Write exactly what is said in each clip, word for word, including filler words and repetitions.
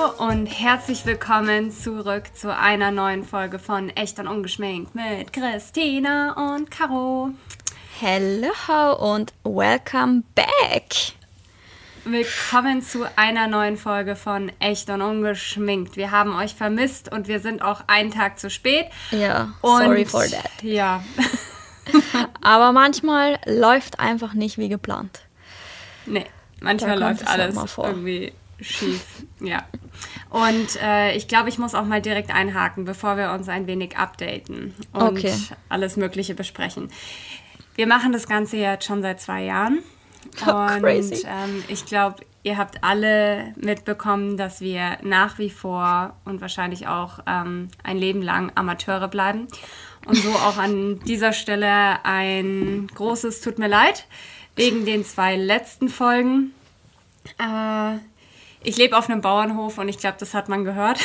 Hallo und herzlich willkommen zurück zu einer neuen Folge von Echt und Ungeschminkt mit Christina und Caro. Hello und welcome back. Willkommen zu einer neuen Folge von Echt und Ungeschminkt. Wir haben euch vermisst und wir sind auch einen Tag zu spät. Ja, und, sorry for that. Ja. Aber manchmal läuft einfach nicht wie geplant. Nee, manchmal läuft alles irgendwie schief. Ja. Und äh, ich glaube, ich muss auch mal direkt einhaken, bevor wir uns ein wenig updaten und okay. alles Mögliche besprechen. Wir machen das Ganze jetzt schon seit zwei Jahren. Oh, und crazy. Ähm, ich glaube, ihr habt alle mitbekommen, dass wir nach wie vor und wahrscheinlich auch ähm, ein Leben lang Amateure bleiben. Und so auch an dieser Stelle ein großes Tut mir leid wegen den zwei letzten Folgen. Äh, ich lebe auf einem Bauernhof und ich glaube, das hat man gehört.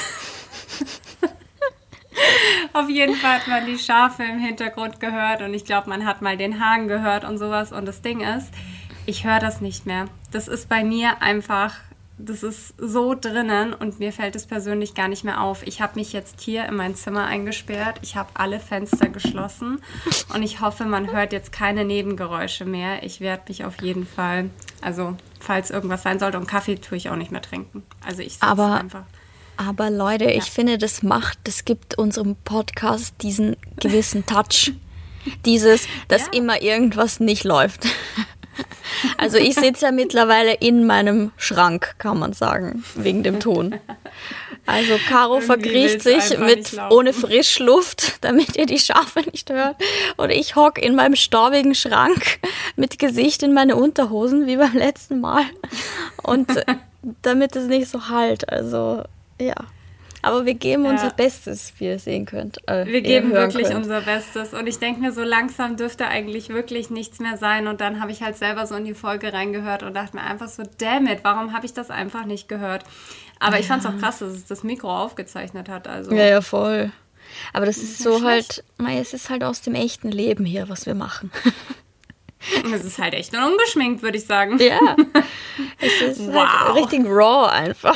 Auf jeden Fall hat man die Schafe im Hintergrund gehört und ich glaube, man hat mal den Hahn gehört und sowas. Und das Ding ist, ich höre das nicht mehr. Das ist bei mir einfach, das ist so drinnen und mir fällt es persönlich gar nicht mehr auf. Ich habe mich jetzt hier in mein Zimmer eingesperrt, ich habe alle Fenster geschlossen und ich hoffe, man hört jetzt keine Nebengeräusche mehr. Ich werde mich auf jeden Fall, also falls irgendwas sein sollte, und Kaffee tue ich auch nicht mehr trinken. Also ich sitze Aber einfach. Aber Leute, ich ja. finde, das macht, das gibt unserem Podcast diesen gewissen Touch. Dieses, dass ja. immer irgendwas nicht läuft. Also ich sitze ja mittlerweile in meinem Schrank, kann man sagen, wegen dem Ton. Also Caro verkriecht sich mit ohne Frischluft, damit ihr die Schafe nicht hört. Oder ich hocke in meinem staubigen Schrank mit Gesicht in meine Unterhosen, wie beim letzten Mal. Und damit es nicht so halt, also ja. Aber wir geben ja. unser Bestes, wie ihr sehen könnt. Äh, wir geben wirklich könnt. unser Bestes. Und ich denke mir, so langsam dürfte eigentlich wirklich nichts mehr sein. Und dann habe ich halt selber so in die Folge reingehört und dachte mir einfach so, damn it, warum habe ich das einfach nicht gehört? Aber ja. ich fand es auch krass, dass es das Mikro aufgezeichnet hat. Also. Ja, ja, voll. Aber das, das ist, ist so schlecht. halt, es ist halt aus dem echten Leben hier, was wir machen. Es ist halt echt und ungeschminkt, würde ich sagen. Ja, es ist wow. halt richtig raw einfach.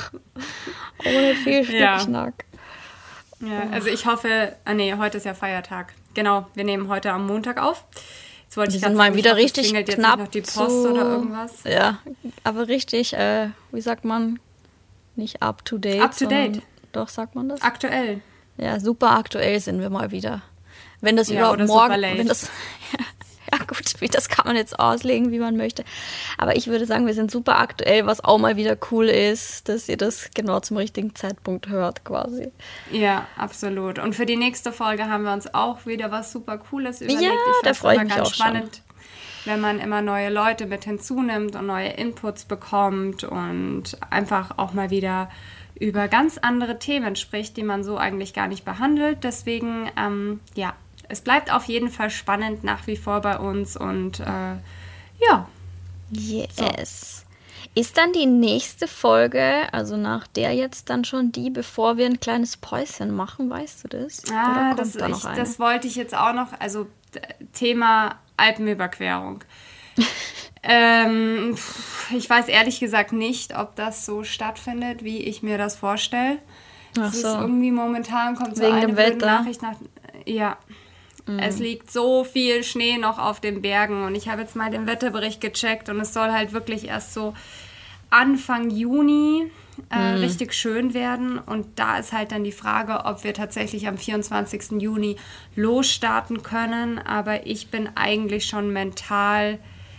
Ohne viel Schnickschnack. Ja. ja, also ich hoffe, ah nee, heute ist ja Feiertag. Genau, wir nehmen heute am Montag auf. Jetzt wollte wir ich sind mal wieder hoffe, richtig jetzt knapp noch die Post zu, oder irgendwas. Ja, aber richtig, äh, wie sagt man, nicht up to date. Up to date. Doch, sagt man das? Aktuell. Ja, super aktuell sind wir mal wieder. Wenn das ja, überhaupt oder morgen, super late. wenn das ja gut, wie das kann man jetzt auslegen, wie man möchte. Aber ich würde sagen, wir sind super aktuell, was auch mal wieder cool ist, dass ihr das genau zum richtigen Zeitpunkt hört, quasi. Ja, absolut. Und für die nächste Folge haben wir uns auch wieder was super Cooles überlegt. Ja, ich da freue ich mich ganz auch spannend, schon. Wenn man immer neue Leute mit hinzunimmt und neue Inputs bekommt und einfach auch mal wieder über ganz andere Themen spricht, die man so eigentlich gar nicht behandelt. Deswegen, ähm, ja, es bleibt auf jeden Fall spannend nach wie vor bei uns und äh, ja. Yes. So. Ist dann die nächste Folge, also nach der jetzt dann schon die, bevor wir ein kleines Päuschen machen, weißt du das? Ah, das, da ich, das wollte ich jetzt auch noch, also Thema Alpenüberquerung. ähm, ich weiß ehrlich gesagt nicht, ob das so stattfindet, wie ich mir das vorstelle. Ach Es so. ist irgendwie momentan kommt so Wegen eine dem blöde Wetter. Nachricht nach, ja. Mhm. Es liegt so viel Schnee noch auf den Bergen und ich habe jetzt mal den Wetterbericht gecheckt und es soll halt wirklich erst so Anfang Juni äh, mhm. richtig schön werden und da ist halt dann die Frage, ob wir tatsächlich am vierundzwanzigsten Juni losstarten können, aber ich bin eigentlich schon mental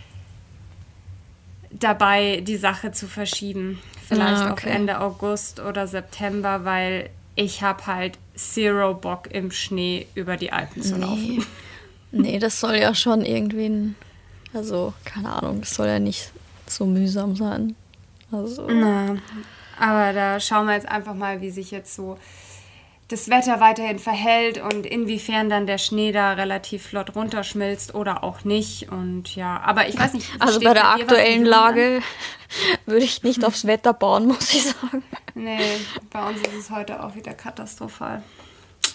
dabei, die Sache zu verschieben. Vielleicht ah, okay. auf Ende August oder September, weil ich habe halt zero Bock im Schnee über die Alpen zu laufen. Nee. nee, das soll ja schon irgendwie, ein, also keine Ahnung, das soll ja nicht so mühsam sein. Also. Na, aber da schauen wir jetzt einfach mal, wie sich jetzt so das Wetter weiterhin verhält und inwiefern dann der Schnee da relativ flott runterschmilzt oder auch nicht. Und ja, aber ich weiß nicht. Also bei der aktuellen Lage würde ich nicht aufs Wetter bauen, muss ich sagen. Nee, bei uns ist es heute auch wieder katastrophal.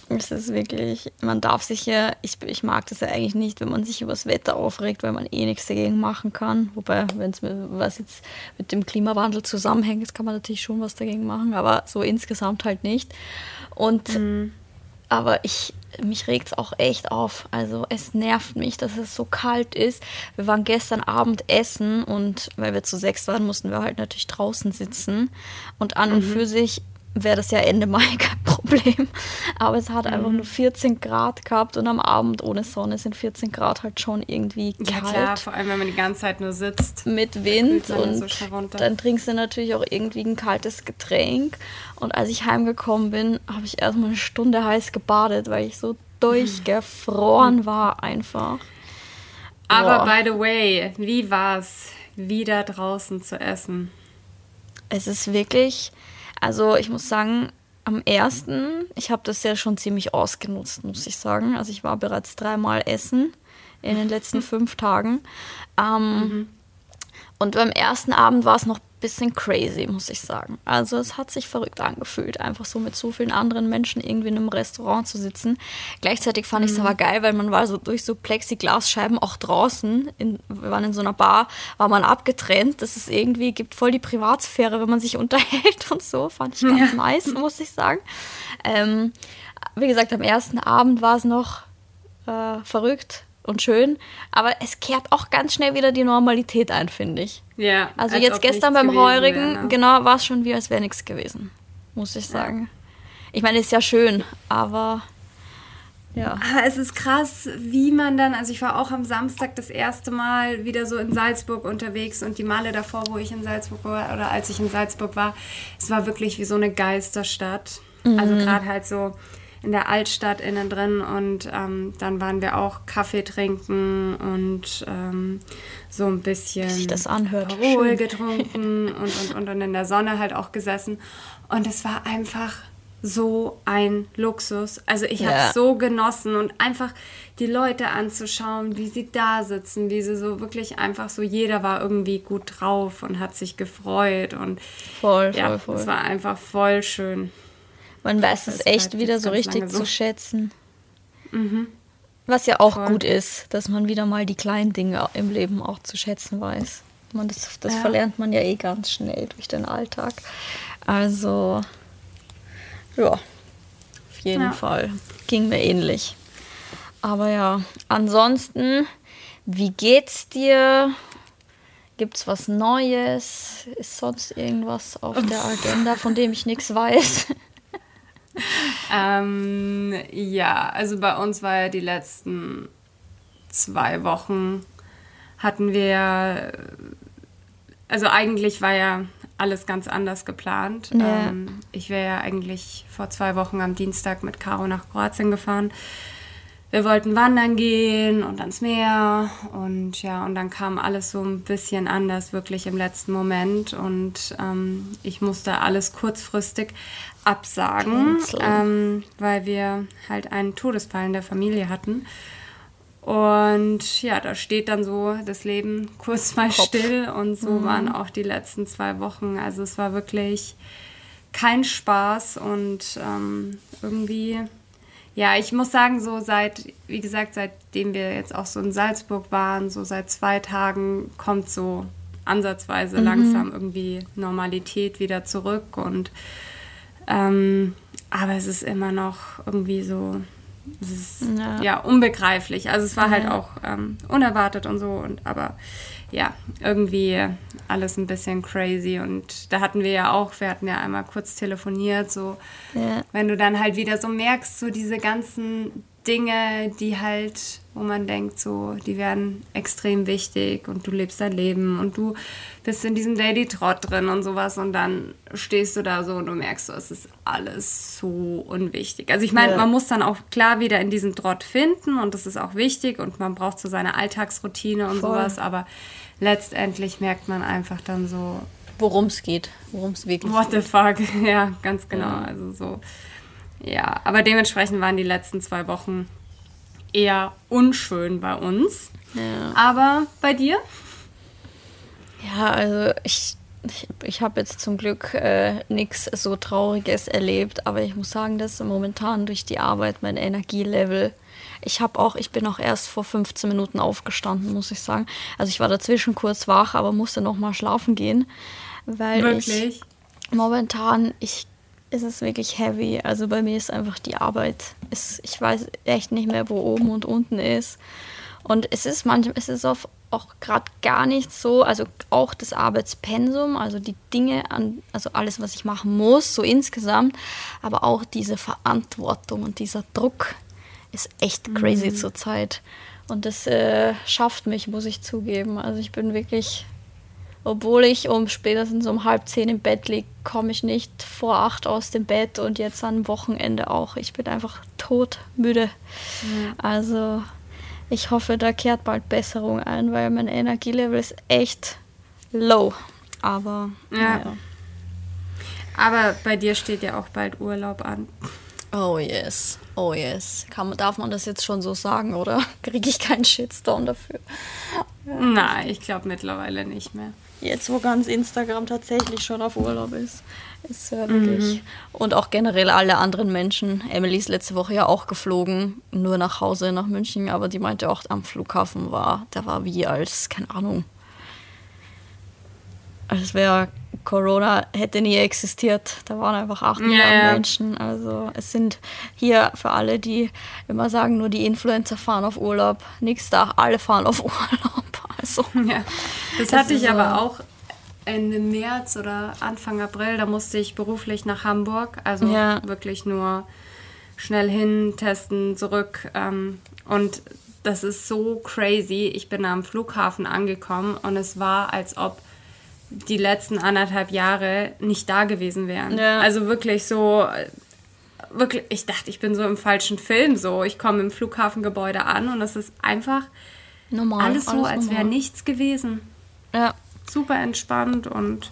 Es ist wirklich, man darf sich ja, ich, ich mag das ja eigentlich nicht, wenn man sich über das Wetter aufregt, weil man eh nichts dagegen machen kann. Wobei, wenn es was jetzt mit dem Klimawandel zusammenhängt, kann man natürlich schon was dagegen machen, aber so insgesamt halt nicht. Und mhm. aber ich, mich regt es auch echt auf. Also es nervt mich, dass es so kalt ist. Wir waren gestern Abend essen und weil wir zu sechs waren, mussten wir halt natürlich draußen sitzen. Und an mhm. und für sich wäre das ja Ende Mai kein Problem. Aber es hat mhm. einfach nur vierzehn Grad gehabt und am Abend ohne Sonne sind vierzehn Grad halt schon irgendwie kalt. Ja klar, vor allem wenn man die ganze Zeit nur sitzt. Mit Wind und so dann trinkst du natürlich auch irgendwie ein kaltes Getränk. Und als ich heimgekommen bin, habe ich erstmal eine Stunde heiß gebadet, weil ich so durchgefroren war einfach. Aber Boah. by the way, wie war's, wieder draußen zu essen? Es ist wirklich... Also ich muss sagen, am ersten, ich habe das ja schon ziemlich ausgenutzt, muss ich sagen. Also ich war bereits dreimal essen in den letzten fünf Tagen. Ähm, mhm. Und beim ersten Abend war es noch ein bisschen crazy, muss ich sagen. Also es hat sich verrückt angefühlt, einfach so mit so vielen anderen Menschen irgendwie in einem Restaurant zu sitzen. Gleichzeitig fand ich es mhm. aber geil, weil man war so durch so Plexiglasscheiben auch draußen, in, wir waren in so einer Bar, war man abgetrennt. Das ist irgendwie, gibt voll die Privatsphäre, wenn man sich unterhält und so. Fand ich ganz ja. nice, muss ich sagen. Ähm, wie gesagt, am ersten Abend war es noch äh, verrückt und schön, aber es kehrt auch ganz schnell wieder die Normalität ein, finde ich. Ja. Also als jetzt gestern beim Heurigen, wäre, ne? genau, war es schon wie, als wäre nichts gewesen, muss ich sagen. Ja. Ich meine, ist ja schön, aber ja. Aber es ist krass, wie man dann, also ich war auch am Samstag das erste Mal wieder so in Salzburg unterwegs und die Male davor, wo ich in Salzburg war, oder als ich in Salzburg war, es war wirklich wie so eine Geisterstadt. Mhm. Also gerade halt so in der Altstadt innen drin und ähm, dann waren wir auch Kaffee trinken und ähm, so ein bisschen Wie sich das anhört. Parol getrunken und, und, und, und in der Sonne halt auch gesessen und es war einfach so ein Luxus. Also ich ja. habe es so genossen und einfach die Leute anzuschauen, wie sie da sitzen, wie sie so wirklich einfach so, jeder war irgendwie gut drauf und hat sich gefreut und voll, ja, voll, voll. Es war einfach voll schön. Man weiß es echt wieder so richtig so. zu schätzen. Mhm. Was ja auch Voll. gut ist, dass man wieder mal die kleinen Dinge im Leben auch zu schätzen weiß. Man, das das ja. verlernt man ja eh ganz schnell durch den Alltag. Also, ja, auf jeden ja. Fall. Ging mir ähnlich. Aber ja, ansonsten, wie geht's dir? Gibt's was Neues? Ist sonst irgendwas auf der Agenda, von dem ich nichts weiß? ähm, ja, also bei uns war ja die letzten zwei Wochen hatten wir, also eigentlich war ja alles ganz anders geplant. Ja. Ähm, ich wäre ja eigentlich vor zwei Wochen am Dienstag mit Caro nach Kroatien gefahren. Wir wollten wandern gehen und ans Meer und ja, und dann kam alles so ein bisschen anders, wirklich im letzten Moment und ähm, ich musste alles kurzfristig absagen, ähm, weil wir halt einen Todesfall in der Familie hatten und ja, da steht dann so das Leben kurz mal Kopf. still und so mhm. waren auch die letzten zwei Wochen, also es war wirklich kein Spaß und ähm, irgendwie... Ja, ich muss sagen, so seit, wie gesagt, seitdem wir jetzt auch so in Salzburg waren, so seit zwei Tagen kommt so ansatzweise mhm. langsam irgendwie Normalität wieder zurück und ähm, aber es ist immer noch irgendwie so, es ist ja, ja unbegreiflich. Also es war ja. halt auch ähm, unerwartet und so und aber ja, irgendwie alles ein bisschen crazy und da hatten wir ja auch, wir hatten ja einmal kurz telefoniert, so ja. wenn du dann halt wieder so merkst, so diese ganzen Dinge, die halt, wo man denkt, so, die werden extrem wichtig und du lebst dein Leben und du bist in diesem Daily Trott drin und sowas und dann stehst du da so und du merkst so, es ist alles so unwichtig. Also ich meine, ja. man muss dann auch klar wieder in diesen Trott finden und das ist auch wichtig und man braucht so seine Alltagsroutine und Voll. sowas, aber letztendlich merkt man einfach dann so, worum es geht, worum es wirklich What geht. the fuck, ja, ganz genau, Ja. also so. Ja, aber dementsprechend waren die letzten zwei Wochen eher unschön bei uns. Ja. Aber bei dir? Ja, also ich ich, ich habe jetzt zum Glück äh, nichts so Trauriges erlebt, aber ich muss sagen, dass momentan durch die Arbeit mein Energielevel, ich habe auch, ich bin auch erst vor fünfzehn Minuten aufgestanden, muss ich sagen. Also ich war dazwischen kurz wach, aber musste noch mal schlafen gehen, weil Wirklich? ich momentan, ich, ist es wirklich heavy. Also bei mir ist einfach die Arbeit, ist, ich weiß echt nicht mehr, wo oben und unten ist. Und es ist manchmal, es ist auf auch gerade gar nicht so, also auch das Arbeitspensum, also die Dinge, an, also alles, was ich machen muss, so insgesamt, aber auch diese Verantwortung und dieser Druck ist echt crazy mhm. zurzeit. Und das äh, schafft mich, muss ich zugeben. Also ich bin wirklich, obwohl ich um spätestens um halb zehn im Bett liege, komme ich nicht vor acht aus dem Bett und jetzt am Wochenende auch. Ich bin einfach todmüde. Mhm. Also ich hoffe, da kehrt bald Besserung ein, weil mein Energielevel ist echt low. Aber, ja. Naja. Aber bei dir steht ja auch bald Urlaub an. Oh yes, oh yes. Kann, darf man das jetzt schon so sagen, oder? Kriege ich keinen Shitstorm dafür? Ja. Nein, ich glaube mittlerweile nicht mehr. Jetzt, wo ganz Instagram tatsächlich schon auf Urlaub ist. Ist ja wirklich. Mhm. Und auch generell alle anderen Menschen. Emily ist letzte Woche ja auch geflogen, nur nach Hause, nach München, aber die meinte auch, am Flughafen war, der war wie als, keine Ahnung, als wäre Corona hätte nie existiert. Da waren einfach acht Millionen ja, ja. Menschen. Also es sind hier für alle, die immer sagen, nur die Influencer fahren auf Urlaub. Nichts da, alle fahren auf Urlaub. Also, ja. Das, das hatte ich so aber auch Ende März oder Anfang April. Da musste ich beruflich nach Hamburg. Also ja. wirklich nur schnell hin, testen, zurück. Und das ist so crazy. Ich bin am Flughafen angekommen und es war, als ob die letzten anderthalb Jahre nicht da gewesen wären. Ja. Also wirklich so, wirklich, ich dachte, ich bin so im falschen Film. So, ich komme im Flughafengebäude an und es ist einfach normal, alles so, alles als wäre nichts gewesen. Ja. Super entspannt und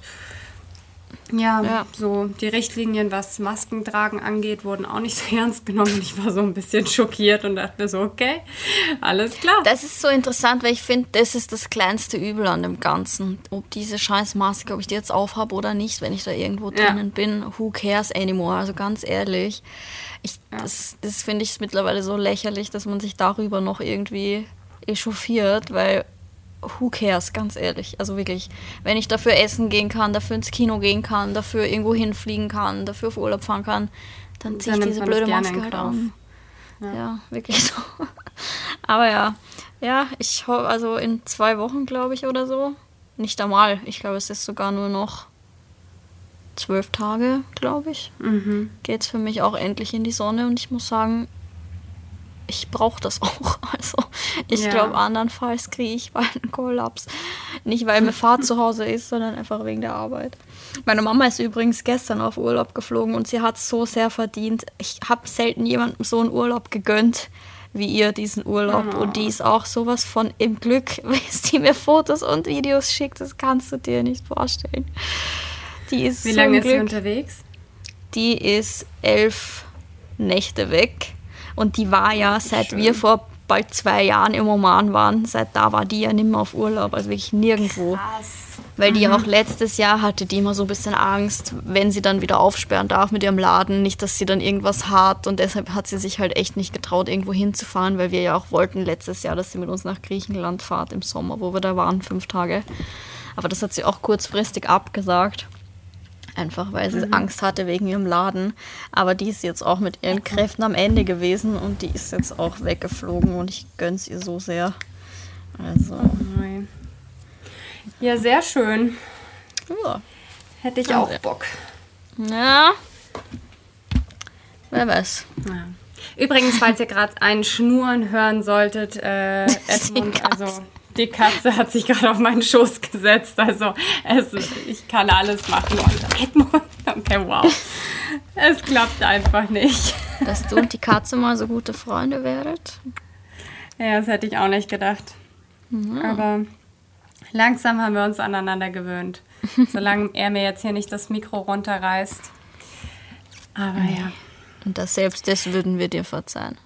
ja, ja, so die Richtlinien, was Maskentragen angeht, wurden auch nicht so ernst genommen. Ich war so ein bisschen schockiert und dachte mir so, okay, alles klar. Das ist so interessant, weil ich finde, das ist das kleinste Übel an dem Ganzen. Ob diese scheiß Maske, ob ich die jetzt aufhabe oder nicht, wenn ich da irgendwo drinnen ja. bin, who cares anymore? Also ganz ehrlich, ich, ja. das, das finde ich mittlerweile so lächerlich, dass man sich darüber noch irgendwie echauffiert, weil who cares, ganz ehrlich. Also wirklich, wenn ich dafür essen gehen kann, dafür ins Kino gehen kann, dafür irgendwo hinfliegen kann, dafür auf Urlaub fahren kann, dann ziehe ich diese blöde Maske halt an. Ja. ja, wirklich so. Aber ja, ja, ich hoffe, also in zwei Wochen, glaube ich, oder so, nicht einmal, ich glaube, es ist sogar nur noch zwölf Tage, glaube ich, mhm. geht es für mich auch endlich in die Sonne und ich muss sagen, ich brauche das auch. Also ich ja. glaube, andernfalls kriege ich bald einen Kollaps. Nicht, weil mir Fahrt zu Hause ist, sondern einfach wegen der Arbeit. Meine Mama ist übrigens gestern auf Urlaub geflogen und sie hat es so sehr verdient. Ich habe selten jemandem so einen Urlaub gegönnt wie ihr diesen Urlaub. Oh. Und die ist auch sowas von im Glück, wenn die mir Fotos und Videos schickt. Das kannst du dir nicht vorstellen. Die ist wie so lange ist sie unterwegs? Die ist elf Nächte weg. Und die war ja, seit Schön. wir vor bald zwei Jahren im Oman waren, seit da war die ja nicht mehr auf Urlaub, also wirklich nirgendwo. Krass. Weil die mhm. auch letztes Jahr hatte die immer so ein bisschen Angst, wenn sie dann wieder aufsperren darf mit ihrem Laden, nicht, dass sie dann irgendwas hat. Und deshalb hat sie sich halt echt nicht getraut, irgendwo hinzufahren, weil wir ja auch wollten letztes Jahr, dass sie mit uns nach Griechenland fahrt im Sommer, wo wir da waren, fünf Tage. Aber das hat sie auch kurzfristig abgesagt. Einfach, weil sie mhm. Angst hatte wegen ihrem Laden. Aber die ist jetzt auch mit ihren Kräften am Ende gewesen und die ist jetzt auch weggeflogen und ich gönn's ihr so sehr. Also. Oh ja, sehr schön. Ja. Hätte ich auch Bock. Ja. Wer weiß. Ja. Übrigens, falls ihr gerade ein Schnurren hören solltet, äh, Edmund, also die Katze hat sich gerade auf meinen Schoß gesetzt. Also es, ich kann alles machen. Und Edmund, okay, wow. Es klappt einfach nicht. Dass du und die Katze mal so gute Freunde wäret? Ja, das hätte ich auch nicht gedacht. Mhm. Aber langsam haben wir uns aneinander gewöhnt. Solange er mir jetzt hier nicht das Mikro runterreißt. Aber ja. Und das selbst das würden wir dir verzeihen.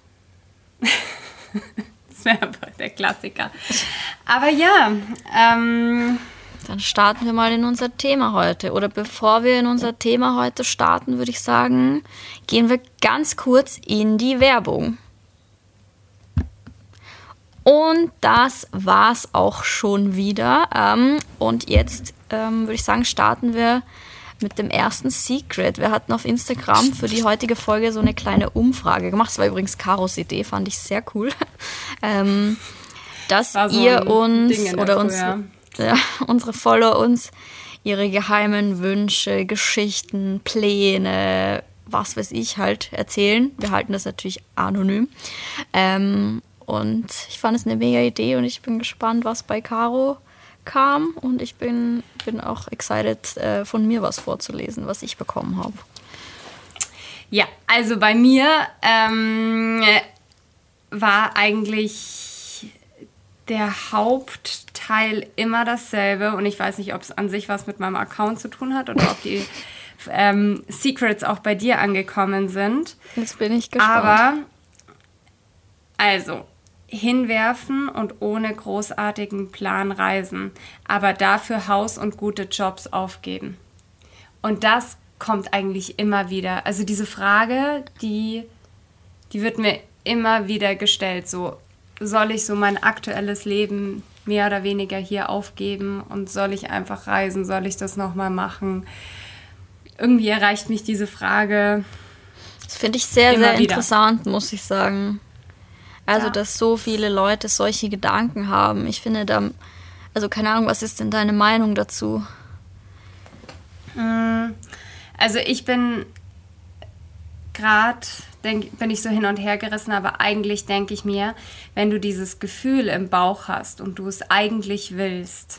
Das wäre der Klassiker. Aber ja, ähm, Dann starten wir mal in unser Thema heute. Oder bevor wir in unser Thema heute starten, würde ich sagen, gehen wir ganz kurz in die Werbung. Und das war's auch schon wieder. Ähm, und jetzt ähm, würde ich sagen, starten wir mit dem ersten Secret. Wir hatten auf Instagram für die heutige Folge so eine kleine Umfrage gemacht. Das war übrigens Karos Idee, fand ich sehr cool. ähm, dass so ihr uns oder uns, ja, unsere Follower uns ihre geheimen Wünsche, Geschichten, Pläne, was weiß ich halt erzählen. Wir halten das natürlich anonym. Ähm, und ich fand es eine mega Idee und ich bin gespannt, was bei Caro kam. Und ich bin, bin auch excited, äh, von mir was vorzulesen, was ich bekommen habe. Ja, also bei mir ähm, war eigentlich der Hauptteil immer dasselbe. Und ich weiß nicht, ob es an sich was mit meinem Account zu tun hat oder ob die ähm, Secrets auch bei dir angekommen sind. Jetzt bin ich gespannt. Aber, also, hinwerfen und ohne großartigen Plan reisen, aber dafür Haus und gute Jobs aufgeben. Und das kommt eigentlich immer wieder. Also diese Frage, die, die wird mir immer wieder gestellt. So, soll ich so mein aktuelles Leben mehr oder weniger hier aufgeben und soll ich einfach reisen? Soll ich das nochmal machen? Irgendwie erreicht mich diese Frage. Das finde ich sehr, sehr wieder. interessant, muss ich sagen. Also, ja. dass so viele Leute solche Gedanken haben. Ich finde da, also keine Ahnung, was ist denn deine Meinung dazu? Also ich bin gerade, bin ich so hin und her gerissen, aber eigentlich denke ich mir, wenn du dieses Gefühl im Bauch hast und du es eigentlich willst,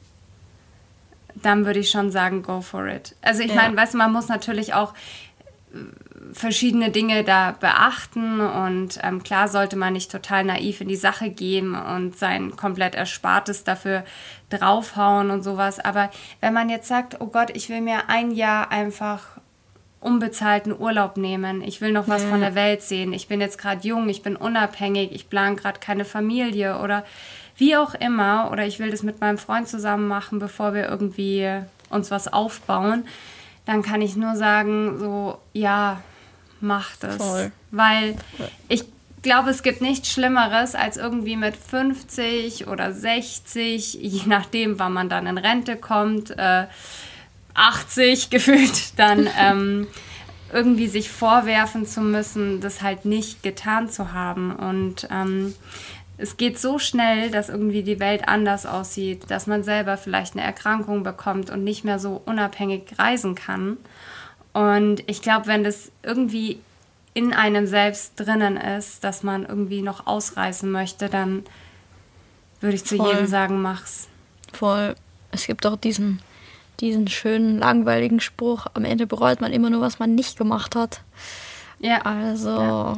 dann würde ich schon sagen, go for it. Also ich ja. meine, weißt du, man muss natürlich auch verschiedene Dinge da beachten und ähm, klar sollte man nicht total naiv in die Sache gehen und sein komplett Erspartes dafür draufhauen und sowas, aber wenn man jetzt sagt, oh Gott, ich will mir ein Jahr einfach unbezahlten Urlaub nehmen, ich will noch was ja. von der Welt sehen, ich bin jetzt gerade jung, ich bin unabhängig, ich plane gerade keine Familie oder wie auch immer, oder ich will das mit meinem Freund zusammen machen, bevor wir irgendwie uns was aufbauen, dann kann ich nur sagen, so, ja, mach das. Voll. Weil ich glaube, es gibt nichts Schlimmeres, als irgendwie mit fünfzig oder sechzig, je nachdem, wann man dann in Rente kommt, äh, achtzig gefühlt, dann ähm, irgendwie sich vorwerfen zu müssen, das halt nicht getan zu haben. Und ähm, es geht so schnell, dass irgendwie die Welt anders aussieht, dass man selber vielleicht eine Erkrankung bekommt und nicht mehr so unabhängig reisen kann. Und ich glaube, wenn das irgendwie in einem selbst drinnen ist, dass man irgendwie noch ausreißen möchte, dann würde ich zu Voll. jedem sagen, mach's. Voll. Es gibt auch diesen, diesen schönen, langweiligen Spruch, am Ende bereut man immer nur, was man nicht gemacht hat. Ja. Also, ja.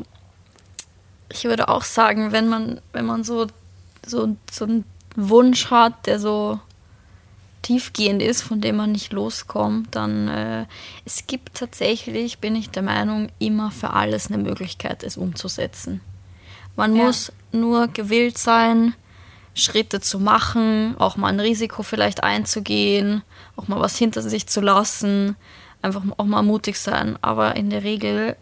ich würde auch sagen, wenn man, wenn man so, so, so einen Wunsch hat, der so tiefgehend ist, von dem man nicht loskommt, dann äh, es gibt tatsächlich, bin ich der Meinung, immer für alles eine Möglichkeit, es umzusetzen. Man ja. muss nur gewillt sein, Schritte zu machen, auch mal ein Risiko vielleicht einzugehen, auch mal was hinter sich zu lassen, einfach auch mal mutig sein. Aber in der Regel,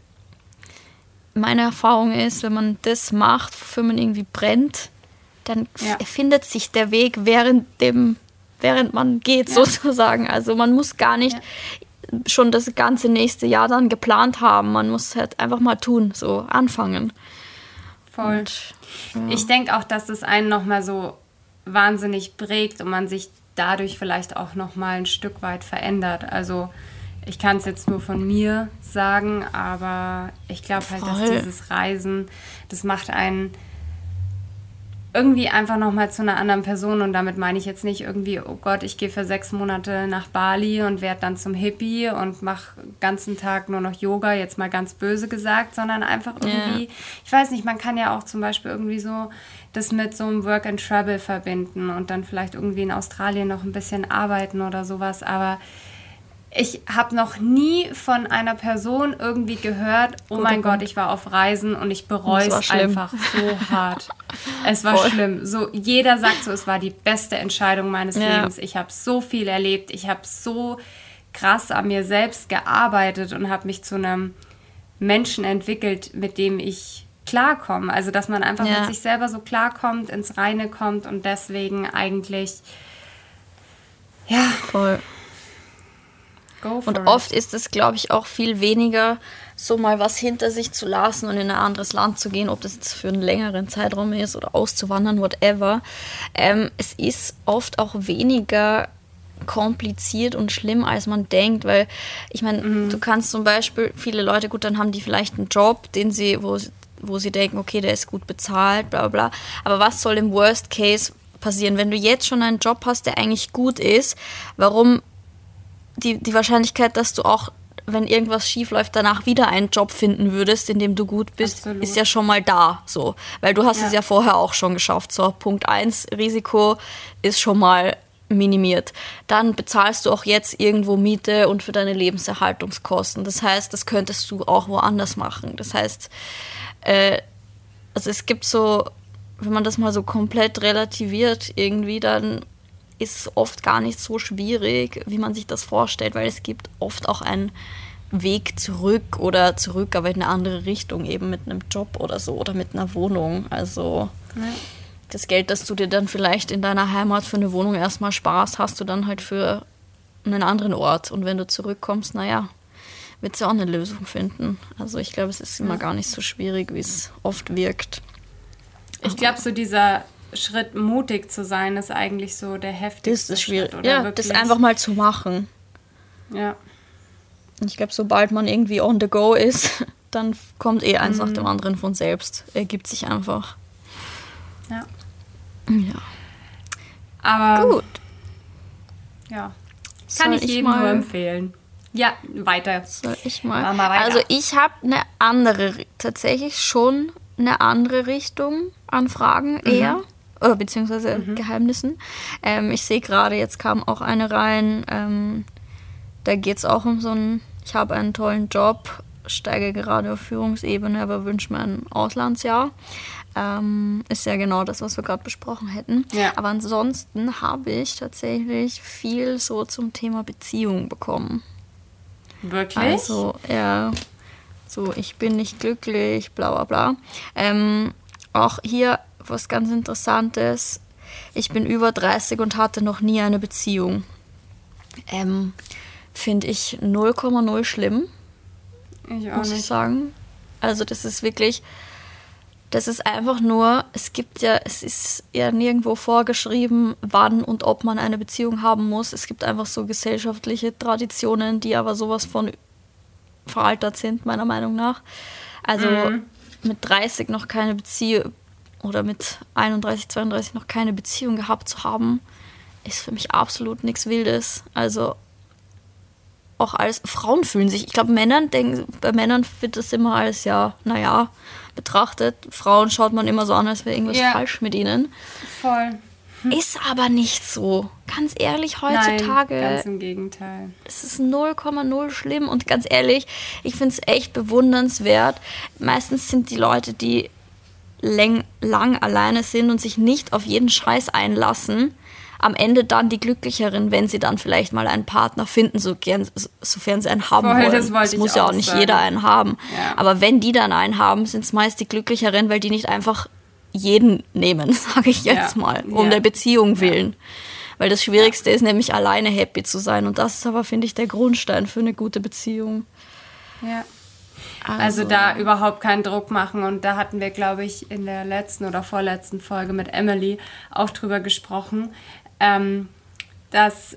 meine Erfahrung ist, wenn man das macht, wofür man irgendwie brennt, dann ja. findet sich der Weg während dem während man geht, ja. sozusagen. Also man muss gar nicht ja. schon das ganze nächste Jahr dann geplant haben. Man muss halt einfach mal tun, so anfangen. Voll. Und, ja. Ich denke auch, dass das einen nochmal so wahnsinnig prägt und man sich dadurch vielleicht auch nochmal ein Stück weit verändert. Also ich kann es jetzt nur von mir sagen, aber ich glaube halt, Voll. dass dieses Reisen, das macht einen irgendwie einfach nochmal zu einer anderen Person und damit meine ich jetzt nicht irgendwie, oh Gott, ich gehe für sechs Monate nach Bali und werde dann zum Hippie und mache den ganzen Tag nur noch Yoga, jetzt mal ganz böse gesagt, sondern einfach irgendwie, yeah. ich weiß nicht, man kann ja auch zum Beispiel irgendwie so das mit so einem Work and Travel verbinden und dann vielleicht irgendwie in Australien noch ein bisschen arbeiten oder sowas, aber Ich habe noch nie von einer Person irgendwie gehört, oh Guter mein Punkt. Gott, ich war auf Reisen und ich bereue es einfach so hart. Es war Voll. schlimm. So, jeder sagt so, es war die beste Entscheidung meines ja. Lebens. Ich habe so viel erlebt. Ich habe so krass an mir selbst gearbeitet und habe mich zu einem Menschen entwickelt, mit dem ich klarkomme. Also, dass man einfach ja. mit sich selber so klarkommt, ins Reine kommt und deswegen eigentlich, ja... Voll. Und oft ist es, glaube ich, auch viel weniger, so mal was hinter sich zu lassen und in ein anderes Land zu gehen, ob das jetzt für einen längeren Zeitraum ist oder auszuwandern, whatever. Ähm, es ist oft auch weniger kompliziert und schlimm, als man denkt, weil ich meine, mhm. du kannst zum Beispiel, viele Leute, gut, dann haben die vielleicht einen Job, den sie, wo, wo sie denken, okay, der ist gut bezahlt, bla bla, aber was soll im Worst Case passieren? Wenn du jetzt schon einen Job hast, der eigentlich gut ist, warum Die, die Wahrscheinlichkeit, dass du auch, wenn irgendwas schief läuft, danach wieder einen Job finden würdest, in dem du gut bist, Absolut. Ist ja schon mal da. So. Weil du hast ja. es ja vorher auch schon geschafft. So, Punkt eins, Risiko ist schon mal minimiert. Dann bezahlst du auch jetzt irgendwo Miete und für deine Lebenserhaltungskosten. Das heißt, das könntest du auch woanders machen. Das heißt, äh, also es gibt so, wenn man das mal so komplett relativiert irgendwie, dann ist es oft gar nicht so schwierig, wie man sich das vorstellt, weil es gibt oft auch einen Weg zurück oder zurück, aber in eine andere Richtung, eben mit einem Job oder so oder mit einer Wohnung. Also ja. das Geld, das du dir dann vielleicht in deiner Heimat für eine Wohnung erstmal sparst, hast du dann halt für einen anderen Ort. Und wenn du zurückkommst, naja, wird es ja auch eine Lösung finden. Also ich glaube, es ist immer gar nicht so schwierig, wie es oft wirkt. Ich glaube, so dieser Schritt, mutig zu sein, ist eigentlich so der heftigste das ist schwierig. Schritt. Oder ja, wirklich? Das einfach mal zu machen. Ja. Ich glaube, sobald man irgendwie on the go ist, dann kommt eh eins mhm. nach dem anderen von selbst. Ergibt sich einfach. Ja. Ja. Aber gut. Ja. Kann ich, ich jedem nur empfehlen. Ja, weiter. Soll ich mal? mal weiter. Also ich habe eine andere, tatsächlich schon eine andere Richtung an Fragen mhm. eher. Oder beziehungsweise mhm. Geheimnissen. Ähm, ich sehe gerade, jetzt kam auch eine rein, ähm, da geht es auch um so einen, ich habe einen tollen Job, steige gerade auf Führungsebene, aber wünsche mir ein Auslandsjahr. Ähm, ist ja genau das, was wir gerade besprochen hätten. Ja. Aber ansonsten habe ich tatsächlich viel so zum Thema Beziehung bekommen. Wirklich? Also, ja, so ich bin nicht glücklich, bla bla bla. Ähm, auch hier was ganz Interessantes. Ich bin über dreißig und hatte noch nie eine Beziehung. Ähm, finde ich null Komma null schlimm. Ich auch muss nicht. ich sagen. Also das ist wirklich, das ist einfach nur, es gibt ja, es ist ja nirgendwo vorgeschrieben, wann und ob man eine Beziehung haben muss. Es gibt einfach so gesellschaftliche Traditionen, die aber sowas von veraltet sind, meiner Meinung nach. Also mhm. mit dreißig noch keine Beziehung oder mit einunddreißig, zweiunddreißig noch keine Beziehung gehabt zu haben, ist für mich absolut nichts Wildes. Also auch als Frauen fühlen sich, ich glaube, Männern denken, bei Männern wird das immer als ja, naja, betrachtet. Frauen schaut man immer so an, als wäre irgendwas ja. falsch mit ihnen. Voll. Hm. Ist aber nicht so. Ganz ehrlich, heutzutage. Nein, ganz im Gegenteil. Es ist null Komma null schlimm und ganz ehrlich, ich finde es echt bewundernswert. Meistens sind die Leute, die lang, lang alleine sind und sich nicht auf jeden Scheiß einlassen, am Ende dann die Glücklicheren, wenn sie dann vielleicht mal einen Partner finden, so gern, sofern sie einen haben Voll, wollen. Das, das muss ja auch nicht sagen. Jeder einen haben. Ja. Aber wenn die dann einen haben, sind es meist die Glücklicheren, weil die nicht einfach jeden nehmen, sage ich jetzt ja. mal, um ja. der Beziehung willen. Ja. Weil das Schwierigste ja. ist nämlich alleine happy zu sein. Und das ist aber, finde ich, der Grundstein für eine gute Beziehung. Ja. Also, also da überhaupt keinen Druck machen. Und da hatten wir, glaube ich, in der letzten oder vorletzten Folge mit Emily auch drüber gesprochen, ähm, dass